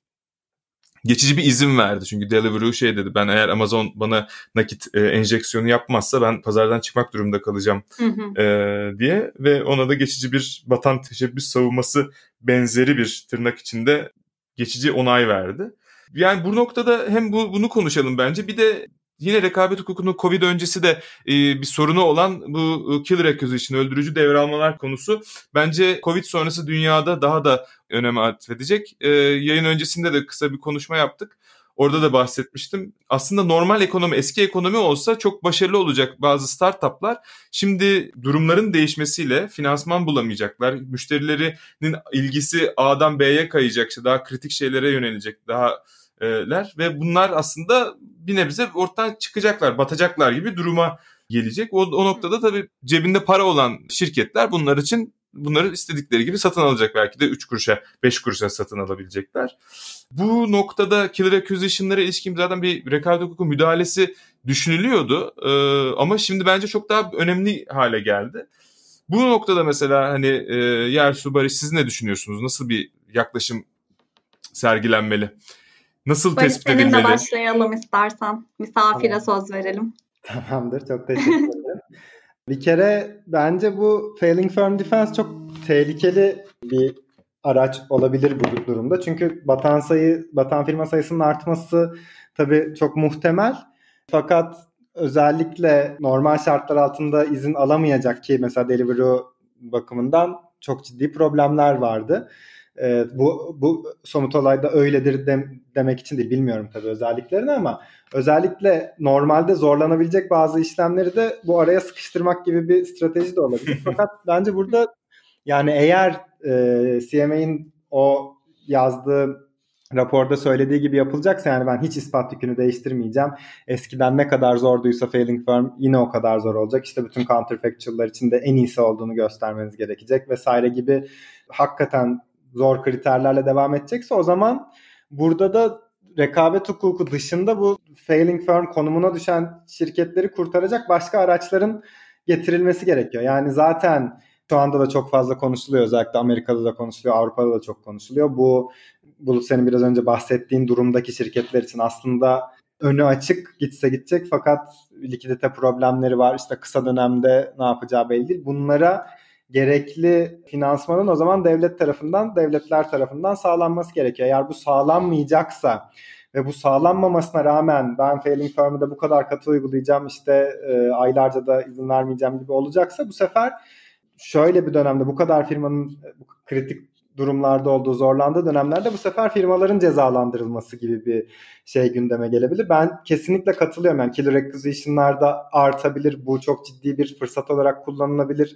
geçici bir izin verdi. Çünkü Deliveroo dedi, ben eğer Amazon bana nakit enjeksiyonu yapmazsa ben pazardan çıkmak durumunda kalacağım diye ve ona da geçici bir vatan teşebbüs savunması benzeri bir tırnak içinde geçici onay verdi. Yani bu noktada hem bunu konuşalım bence. Bir de yine rekabet hukukunun Covid öncesi de bir sorunu olan bu killer acquisition, öldürücü devralmalar konusu bence Covid sonrası dünyada daha da öneme atfedecek. Yayın öncesinde de kısa bir konuşma yaptık. Orada da bahsetmiştim. Aslında normal ekonomi, eski ekonomi olsa çok başarılı olacak bazı startuplar. Şimdi durumların değişmesiyle finansman bulamayacaklar. Müşterilerinin ilgisi A'dan B'ye kayacak, daha kritik şeylere yönelecek, ve bunlar aslında bir nebze ortadan çıkacaklar, batacaklar gibi duruma gelecek. O noktada tabii cebinde para olan şirketler bunları istedikleri gibi satın alacak. Belki de 3 kuruşa, 5 kuruşa satın alabilecekler. Bu noktada killer acquisition'lara ilişkin zaten bir rekabet hukuku müdahalesi düşünülüyordu. Ama şimdi bence çok daha önemli hale geldi. Bu noktada mesela Yersu, Barış, siz ne düşünüyorsunuz? Nasıl bir yaklaşım sergilenmeli? Nasıl Barış, tespit edilmeli? seninle başlayalım istersen. Misafire söz verelim. Tamamdır. Çok teşekkür ederim. Bir kere bence bu failing firm defense çok tehlikeli bir araç olabilir bu durumda. Çünkü batan firma sayısının artması tabii çok muhtemel. Fakat özellikle normal şartlar altında izin alamayacak ki mesela Deliveroo bakımından çok ciddi problemler vardı. Bu somut olayda öyledir demek için değil, bilmiyorum tabii özelliklerini, ama özellikle normalde zorlanabilecek bazı işlemleri de bu araya sıkıştırmak gibi bir strateji de olabilir. Fakat bence burada yani eğer CMA'in o yazdığı raporda söylediği gibi yapılacaksa, yani ben hiç ispat yükünü değiştirmeyeceğim, eskiden ne kadar zorduysa failing firm yine o kadar zor olacak, İşte bütün counterfactual'lar için de en iyisi olduğunu göstermeniz gerekecek vesaire gibi hakikaten zor kriterlerle devam edecekse, o zaman burada da rekabet hukuku dışında bu failing firm konumuna düşen şirketleri kurtaracak başka araçların getirilmesi gerekiyor. Yani zaten şu anda da çok fazla konuşuluyor. Özellikle Amerika'da da konuşuluyor, Avrupa'da da çok konuşuluyor. Bu senin biraz önce bahsettiğin durumdaki şirketler için aslında önü açık, gitse gidecek fakat likidite problemleri var. İşte kısa dönemde ne yapacağı belli değil. Bunlara gerekli finansmanın o zaman devletler tarafından sağlanması gerekiyor. Eğer bu sağlanmayacaksa ve bu sağlanmamasına rağmen ben failing firm'ı da bu kadar katı uygulayacağım, işte aylarca da izin vermeyeceğim gibi olacaksa, bu sefer şöyle bir dönemde bu kadar firmanın kritik durumlarda olduğu, zorlandığı dönemlerde bu sefer firmaların cezalandırılması gibi bir şey gündeme gelebilir. Ben kesinlikle katılıyorum. Yani killer acquisition'larda artabilir. Bu çok ciddi bir fırsat olarak kullanılabilir.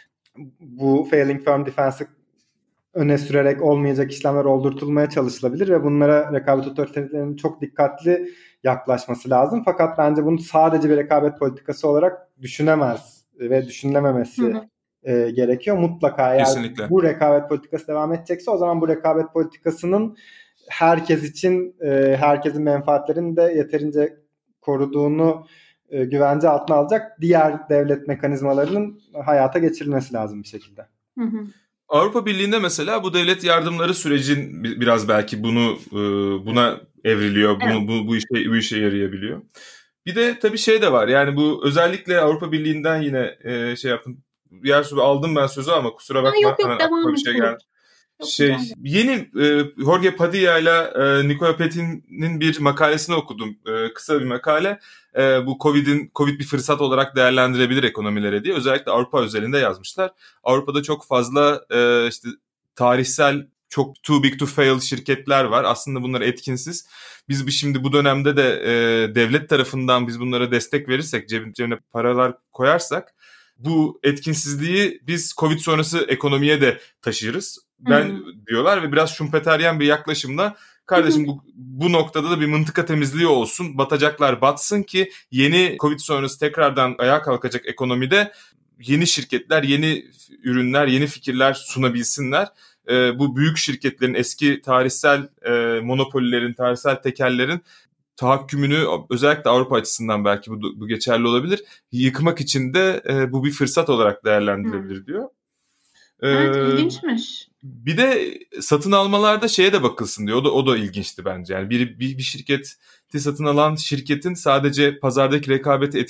Bu failing firm defense'i öne sürerek olmayacak işlemler oldurtulmaya çalışılabilir ve bunlara rekabet otoritelerinin çok dikkatli yaklaşması lazım. Fakat bence bunu sadece bir rekabet politikası olarak düşünemez ve düşünülememesi gerekiyor. Mutlaka eğer Kesinlikle bu rekabet politikası devam edecekse, o zaman bu rekabet politikasının herkes için herkesin menfaatlerini de yeterince koruduğunu güvence altına alacak diğer devlet mekanizmalarının hayata geçirilmesi lazım bir şekilde. Avrupa Birliği'nde mesela bu devlet yardımları sürecin biraz belki buna evriliyor. Evet. Bu işe yarayabiliyor. Bir de tabii şey de var. Yani bu özellikle Avrupa Birliği'nden yine şey yaptım. Yersu aldım ben sözü ama kusura bakma. Yok Hemen aklıma devam bir et. şey geldi. Rica Yeni Jorge Padilla ile Nicola Petin'in bir makalesini okudum. Kısa bir makale. Bu Covid bir fırsat olarak değerlendirebilir ekonomilere diye. Özellikle Avrupa özelinde yazmışlar. Avrupa'da çok fazla işte tarihsel çok too big to fail şirketler var. Aslında bunlar etkinsiz. Biz şimdi bu dönemde de devlet tarafından biz bunlara destek verirsek, cebine paralar koyarsak bu etkinsizliği biz Covid sonrası ekonomiye de taşırız. Diyorlar ve biraz şumpeteryen bir yaklaşımla kardeşim bu noktada da bir mıntıka temizliği olsun. Batacaklar batsın ki yeni Covid sonrası tekrardan ayağa kalkacak ekonomide yeni şirketler, yeni ürünler, yeni fikirler sunabilsinler. Bu büyük şirketlerin, eski tarihsel monopolilerin, tarihsel tekellerin tahakkümünü özellikle Avrupa açısından belki bu geçerli olabilir. Yıkmak için de bu bir fırsat olarak değerlendirilebilir diyor. Evet, ilginçmiş. Bir de satın almalarda şeye de bakılsın diyor. O da ilginçti bence. Yani bir şirketi satın alan şirketin sadece pazardaki rekabeti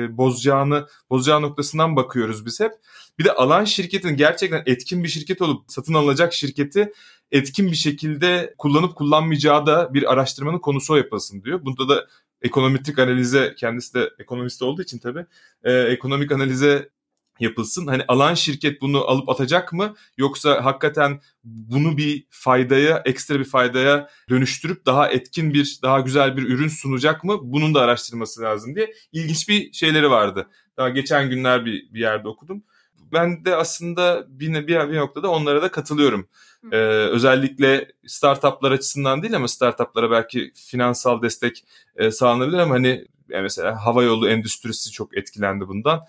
bozacağı noktasından bakıyoruz biz hep. Bir de alan şirketin gerçekten etkin bir şirket olup satın alacak şirketi etkin bir şekilde kullanıp kullanmayacağı da bir araştırmanın konusu yapılsın diyor. Bunda da ekonometrik analize, kendisi de ekonomist olduğu için tabii ekonomik analize yapılsın. Hani alan şirket bunu alıp atacak mı? Yoksa hakikaten bunu bir faydaya, ekstra bir faydaya dönüştürüp daha etkin daha güzel bir ürün sunacak mı? Bunun da araştırması lazım diye ilginç bir şeyleri vardı. Daha geçen günler bir yerde okudum. Ben de aslında bir noktada onlara da katılıyorum. Özellikle startuplar açısından değil ama startuplara belki finansal destek sağlanabilir ama hani mesela havayolu endüstrisi çok etkilendi bundan.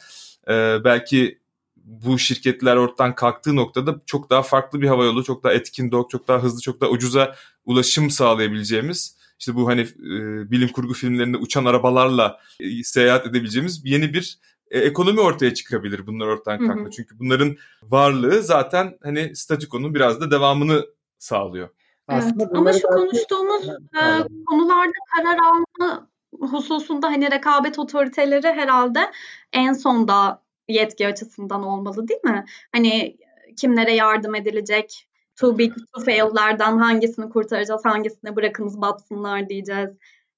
Belki bu şirketler ortadan kalktığı noktada çok daha farklı bir havayolu, çok daha etkin, çok daha hızlı, çok daha ucuza ulaşım sağlayabileceğimiz, işte bu hani bilim kurgu filmlerinde uçan arabalarla seyahat edebileceğimiz yeni bir ekonomi ortaya çıkabilir bunlar ortadan kalktı. Çünkü bunların varlığı zaten hani statükonun biraz da devamını sağlıyor. Evet. Ama şu konuştuğumuz konularda karar alma hususunda hani rekabet otoriteleri herhalde en sonda yetki açısından olmalı değil mi? Hani kimlere yardım edilecek, too big to fail'lerden hangisini kurtaracağız, hangisini bırakınız batsınlar diyeceğiz.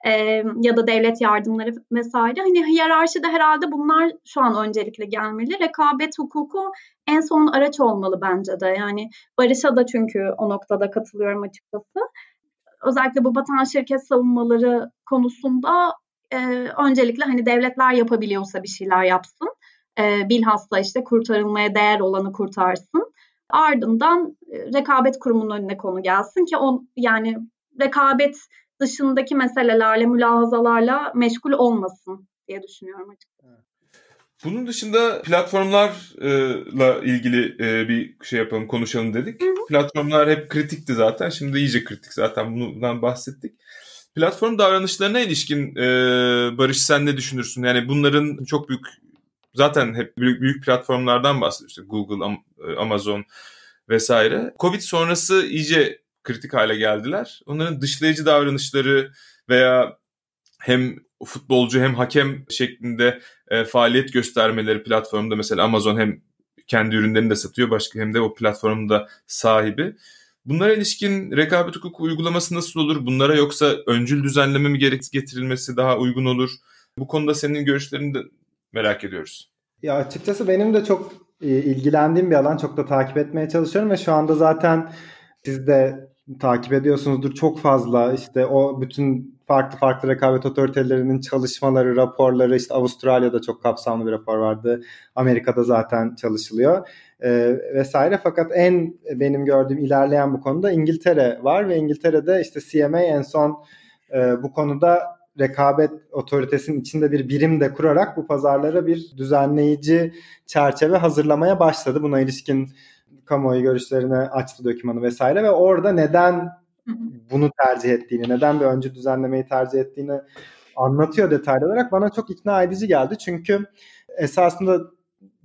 Ya da devlet yardımları vesaire. Hani hiyerarşide herhalde bunlar şu an öncelikle gelmeli. Rekabet hukuku en son araç olmalı bence de. Yani Barış'a da çünkü o noktada katılıyorum açıkçası. Özellikle bu batan şirket savunmaları konusunda öncelikle hani devletler yapabiliyorsa bir şeyler yapsın. Bilhassa işte kurtarılmaya değer olanı kurtarsın. Ardından rekabet kurumunun önüne konu gelsin ki yani rekabet dışındaki meselelerle, mülahazalarla meşgul olmasın diye düşünüyorum açıkçası. Bunun dışında platformlarla ilgili bir şey yapalım, konuşalım dedik. Platformlar hep kritikti zaten. Şimdi iyice kritik zaten, bundan bahsettik. Platform davranışlarına ilişkin Barış sen ne düşünürsün? Yani bunların çok büyük, zaten hep büyük platformlardan bahsediyoruz. İşte Google, Amazon vesaire. Covid sonrası iyice kritik hale geldiler. Onların dışlayıcı davranışları veya hem futbolcu hem hakem şeklinde faaliyet göstermeleri platformda, mesela Amazon hem kendi ürünlerini de satıyor, başka hem de o platformun da sahibi. Bunlara ilişkin rekabet hukuku uygulaması nasıl olur? Bunlara yoksa öncül düzenleme mi getirilmesi daha uygun olur? Bu konuda senin görüşlerini de merak ediyoruz. Ya açıkçası benim de çok ilgilendiğim bir alan. Çok da takip etmeye çalışıyorum ve şu anda zaten siz de takip ediyorsunuzdur. Çok fazla işte o bütün farklı rekabet otoritelerinin çalışmaları, raporları, işte Avustralya'da çok kapsamlı bir rapor vardı. Amerika'da zaten çalışılıyor vesaire. Fakat en benim gördüğüm ilerleyen bu konuda İngiltere var ve İngiltere'de işte CMA en son bu konuda rekabet otoritesinin içinde bir birim de kurarak bu pazarlara bir düzenleyici çerçeve hazırlamaya başladı. Buna ilişkin kamuoyu görüşlerini açtı dokümanı vesaire ve orada neden bunu tercih ettiğini, neden bir öncü düzenlemeyi tercih ettiğini anlatıyor detaylı olarak. Bana çok ikna edici geldi. Çünkü esasında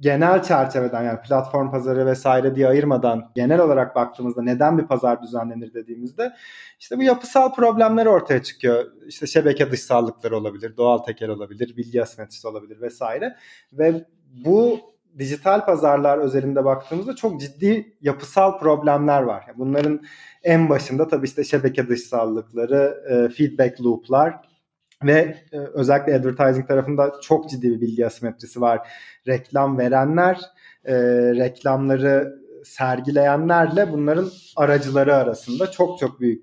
genel çerçeveden, yani platform pazarı vesaire diye ayırmadan genel olarak baktığımızda neden bir pazar düzenlenir dediğimizde işte bu yapısal problemler ortaya çıkıyor. İşte şebeke dışsallıkları olabilir, doğal tekel olabilir, bilgi asimetrisi olabilir vesaire. Ve bu dijital pazarlar özelinde baktığımızda çok ciddi yapısal problemler var. Bunların en başında tabii işte şebeke dışsallıkları, feedback loop'lar ve özellikle advertising tarafında çok ciddi bir bilgi asimetrisi var. Reklam verenler, reklamları sergileyenlerle bunların aracıları arasında çok büyük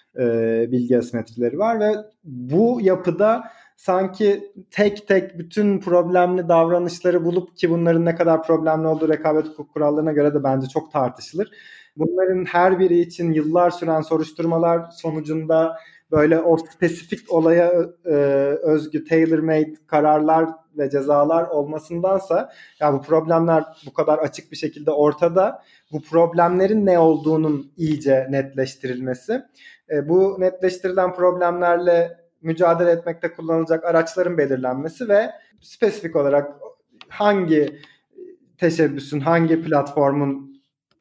bilgi asimetrileri var ve bu yapıda sanki tek tek bütün problemli davranışları bulup, ki bunların ne kadar problemli olduğu rekabet hukuk kurallarına göre de bence çok tartışılır. Bunların her biri için yıllar süren soruşturmalar sonucunda böyle o spesifik olaya özgü tailor-made kararlar ve cezalar olmasındansa, ya bu problemler bu kadar açık bir şekilde ortada, bu problemlerin ne olduğunun iyice netleştirilmesi, bu netleştirilen problemlerle mücadele etmekte kullanılacak araçların belirlenmesi ve spesifik olarak hangi teşebbüsün, hangi platformun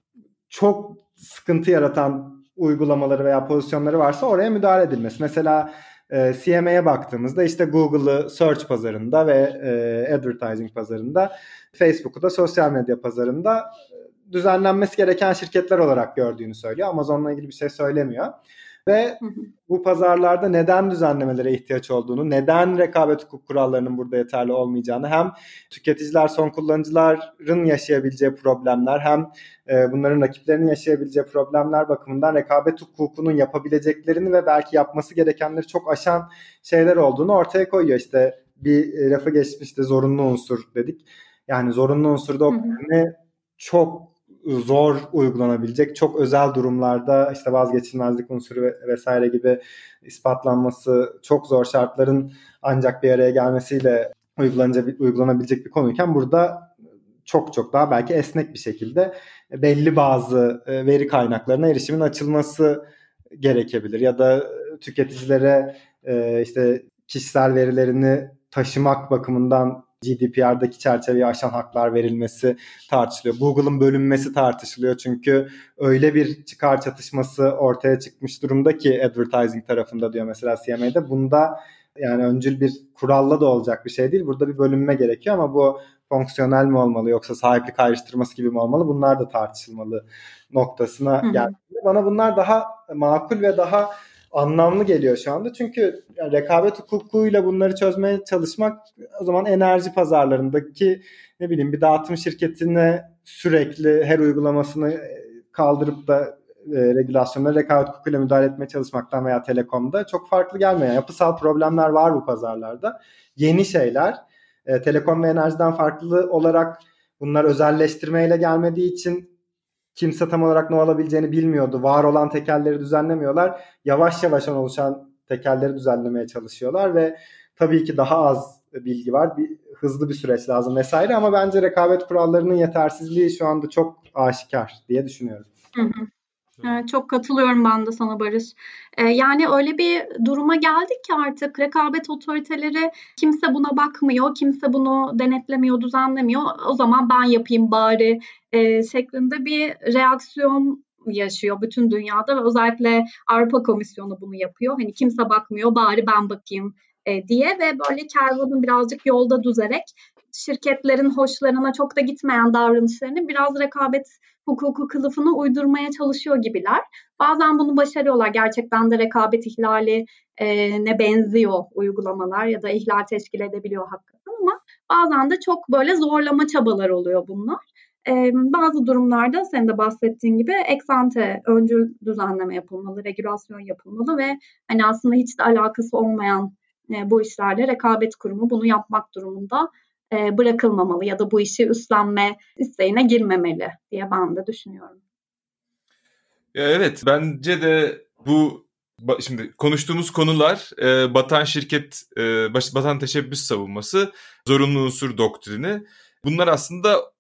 çok sıkıntı yaratan uygulamaları veya pozisyonları varsa oraya müdahale edilmesi. Mesela CMA'ya baktığımızda işte Google'ı search pazarında ve advertising pazarında, Facebook'u da sosyal medya pazarında düzenlenmesi gereken şirketler olarak gördüğünü söylüyor. Amazon'la ilgili bir şey söylemiyor. Ve bu pazarlarda neden düzenlemelere ihtiyaç olduğunu, neden rekabet hukuk kurallarının burada yeterli olmayacağını, hem tüketiciler, son kullanıcıların yaşayabileceği problemler, hem bunların rakiplerinin yaşayabileceği problemler bakımından rekabet hukukunun yapabileceklerini ve belki yapması gerekenleri çok aşan şeyler olduğunu ortaya koyuyor. İşte bir lafı geçmişti, zorunlu unsur dedik. Yani zorunlu unsurda o çok zor uygulanabilecek, çok özel durumlarda işte vazgeçilmezlik unsuru vesaire gibi ispatlanması çok zor şartların ancak bir araya gelmesiyle uygulanabilecek bir konuyken, burada çok daha belki esnek bir şekilde belli bazı veri kaynaklarına erişimin açılması gerekebilir ya da tüketicilere işte kişisel verilerini taşımak bakımından GDPR'daki çerçeveyi aşan haklar verilmesi tartışılıyor. Google'ın bölünmesi tartışılıyor çünkü öyle bir çıkar çatışması ortaya çıkmış durumda ki advertising tarafında, diyor mesela CMA'de. Bunda yani öncül bir kuralla da olacak bir şey değil. Burada bir bölünme gerekiyor ama bu fonksiyonel mi olmalı yoksa sahiplik ayrıştırması gibi mi olmalı? Bunlar da tartışılmalı noktasına geldi. Bana bunlar daha makul ve daha anlamlı geliyor şu anda. Çünkü yani rekabet hukukuyla bunları çözmeye çalışmak, o zaman enerji pazarlarındaki ne bileyim bir dağıtım şirketine sürekli her uygulamasını kaldırıp da regülasyonlara rekabet hukukuyla müdahale etmeye çalışmaktan veya telekomda çok farklı gelmiyor. Yani yapısal problemler var bu pazarlarda. Yeni şeyler, telekom ve enerjiden farklı olarak bunlar özelleştirmeyle gelmediği için kimse tam olarak ne olabileceğini bilmiyordu. Var olan tekelleri düzenlemiyorlar. Yavaş yavaş oluşan tekelleri düzenlemeye çalışıyorlar ve tabii ki daha az bilgi var. Hızlı bir süreç lazım vesaire, ama bence rekabet kurallarının yetersizliği şu anda çok aşikar diye düşünüyorum. Evet, çok katılıyorum ben de sana Barış. Yani öyle bir duruma geldik ki artık rekabet otoriteleri, kimse buna bakmıyor, kimse bunu denetlemiyor, düzenlemiyor. O zaman ben yapayım bari şeklinde bir reaksiyon yaşıyor bütün dünyada ve özellikle Avrupa Komisyonu bunu yapıyor. Hani kimse bakmıyor, bari ben bakayım diye ve böyle kervanın birazcık yolda düzerek şirketlerin hoşlarına çok da gitmeyen davranışlarını biraz rekabet hukuku kılıfına uydurmaya çalışıyor gibiler. Bazen bunu başarıyorlar. Gerçekten de rekabet ihlali ne benziyor uygulamalar ya da ihlal teşkil edebiliyor hakikaten, ama bazen de çok böyle zorlama çabaları oluyor bunlar. Bazı durumlarda senin de bahsettiğin gibi ex ante öncül düzenleme yapılmalı, regülasyon yapılmalı ve hani aslında hiç de alakası olmayan bu işlerle rekabet kurumu bunu yapmak durumunda bırakılmamalı ya da bu işi üstlenme isteğine girmemeli diye ben de düşünüyorum. Evet, bence de bu şimdi konuştuğumuz konular batan şirket, batan teşebbüs savunması, zorunlu unsur doktrini. Bunlar aslında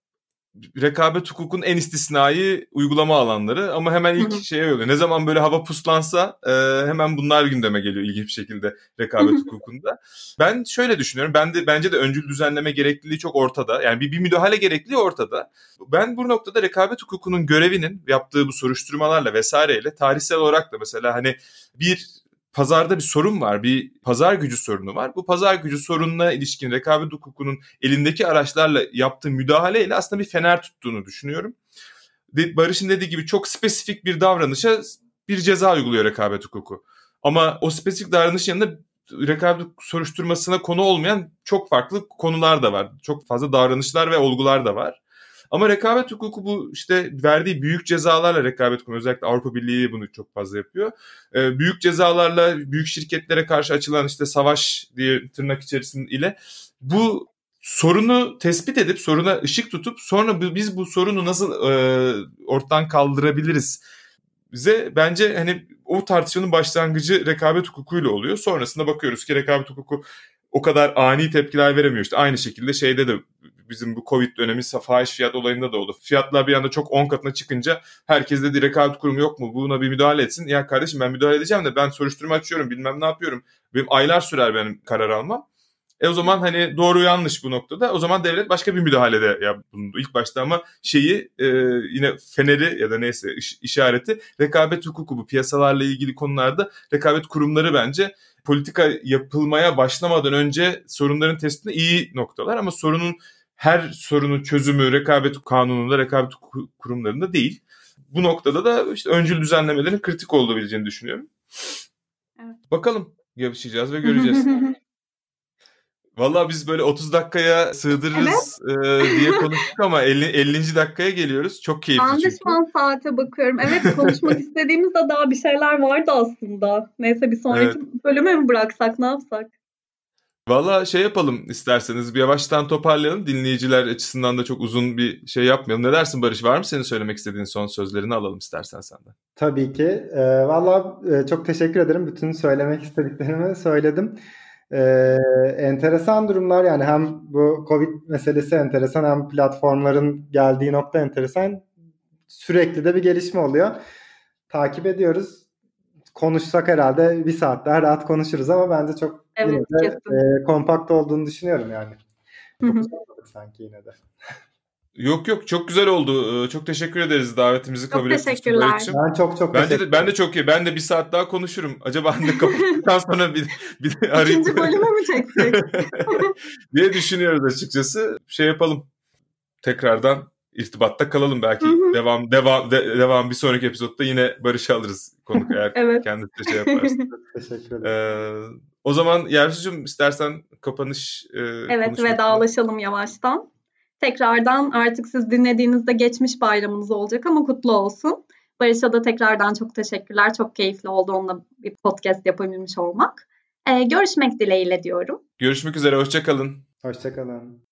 rekabet hukukun en istisnai uygulama alanları ama hemen ilk şeye oluyor. Ne zaman böyle hava puslansa hemen bunlar gündeme geliyor ilginç bir şekilde rekabet hukukunda. Ben şöyle düşünüyorum. Bence de öncül düzenleme gerekliliği çok ortada. Yani bir müdahale gerekliliği ortada. Ben bu noktada rekabet hukukunun görevinin yaptığı bu soruşturmalarla vesaireyle tarihsel olarak da mesela hani bir pazarda bir sorun var, bir pazar gücü sorunu var. Bu pazar gücü sorununa ilişkin rekabet hukukunun elindeki araçlarla yaptığı müdahaleyle aslında bir fener tuttuğunu düşünüyorum. Barış'ın dediği gibi çok spesifik bir davranışa bir ceza uyguluyor rekabet hukuku. Ama o spesifik davranışın yanında rekabet soruşturmasına konu olmayan çok farklı konular da var. Çok fazla davranışlar ve olgular da var. Ama rekabet hukuku bu işte verdiği büyük cezalarla rekabet hukuku, özellikle Avrupa Birliği bunu çok fazla yapıyor. Büyük cezalarla büyük şirketlere karşı açılan işte savaş diye tırnak içerisinde bu sorunu tespit edip soruna ışık tutup sonra biz bu sorunu nasıl ortadan kaldırabiliriz bize bence hani o tartışmanın başlangıcı rekabet hukukuyla oluyor. Sonrasında bakıyoruz ki rekabet hukuku o kadar ani tepkiler veremiyor. İşte aynı şekilde şeyde de bizim bu Covid dönemi fahiş fiyat olayında da oldu. Fiyatlar bir anda çok 10 katına çıkınca herkes dedi rekabet kurumu yok mu? Buna bir müdahale etsin. Ya kardeşim ben müdahale edeceğim de ben soruşturma açıyorum bilmem ne yapıyorum. Benim aylar sürer benim karar almam. O zaman hani doğru yanlış bu noktada. O zaman devlet başka bir müdahalede bulundu ilk başta ama yine feneri ya da neyse işareti rekabet hukuku bu piyasalarla ilgili konularda rekabet kurumları bence politika yapılmaya başlamadan önce sorunların tespitinde iyi noktalar ama her sorunun çözümü rekabet kanununda, rekabet kurumlarında değil. Bu noktada da işte öncül düzenlemelerin kritik olabileceğini düşünüyorum. Evet. Bakalım yaşayacağız ve göreceğiz. Vallahi biz böyle 30 dakikaya sığdırırız diye konuştuk ama 50. dakikaya geliyoruz. Çok keyifli çünkü. Ben de şu an saate bakıyorum. Evet konuşmak istediğimizde daha bir şeyler vardı aslında. Neyse bir sonraki bölüme mi bıraksak ne yapsak? Vallahi yapalım isterseniz bir yavaştan toparlayalım. Dinleyiciler açısından da çok uzun bir şey yapmayalım. Ne dersin Barış? Var mı senin söylemek istediğin son sözlerini alalım istersen senden. Tabii ki. Vallahi çok teşekkür ederim. Bütün söylemek istediklerimi söyledim. Enteresan durumlar yani hem bu Covid meselesi enteresan hem platformların geldiği nokta enteresan. Sürekli de bir gelişme oluyor. Takip ediyoruz. Konuşsak herhalde bir saat daha rahat konuşuruz ama bence çok yine de kompakt olduğunu düşünüyorum yani. Çok sanki yine de. Yok çok güzel oldu. Çok teşekkür ederiz davetimizi kabul ettiğiniz için. Ben çok teşekkür ben de çok iyi. Ben de bir saat daha konuşurum. Acaba anne kapattıktan sonra bir arayıp İkinci bölümü mü çeksek? diye düşünüyoruz açıkçası. Yapalım. Tekrardan irtibatta kalalım belki. Devam bir sonraki epizodda yine Barış'ı alırız konuk eğer kendisi de yaparsa. Teşekkür ederim. O zaman Yersucuğum istersen kapanış evet vedalaşalım yavaştan. Tekrardan artık siz dinlediğinizde geçmiş bayramınız olacak ama kutlu olsun. Barış'a da tekrardan çok teşekkürler. Çok keyifli oldu onunla bir podcast yapabilmiş olmak. Görüşmek dileğiyle diyorum. Görüşmek üzere. Hoşça kalın. Hoşça kalın.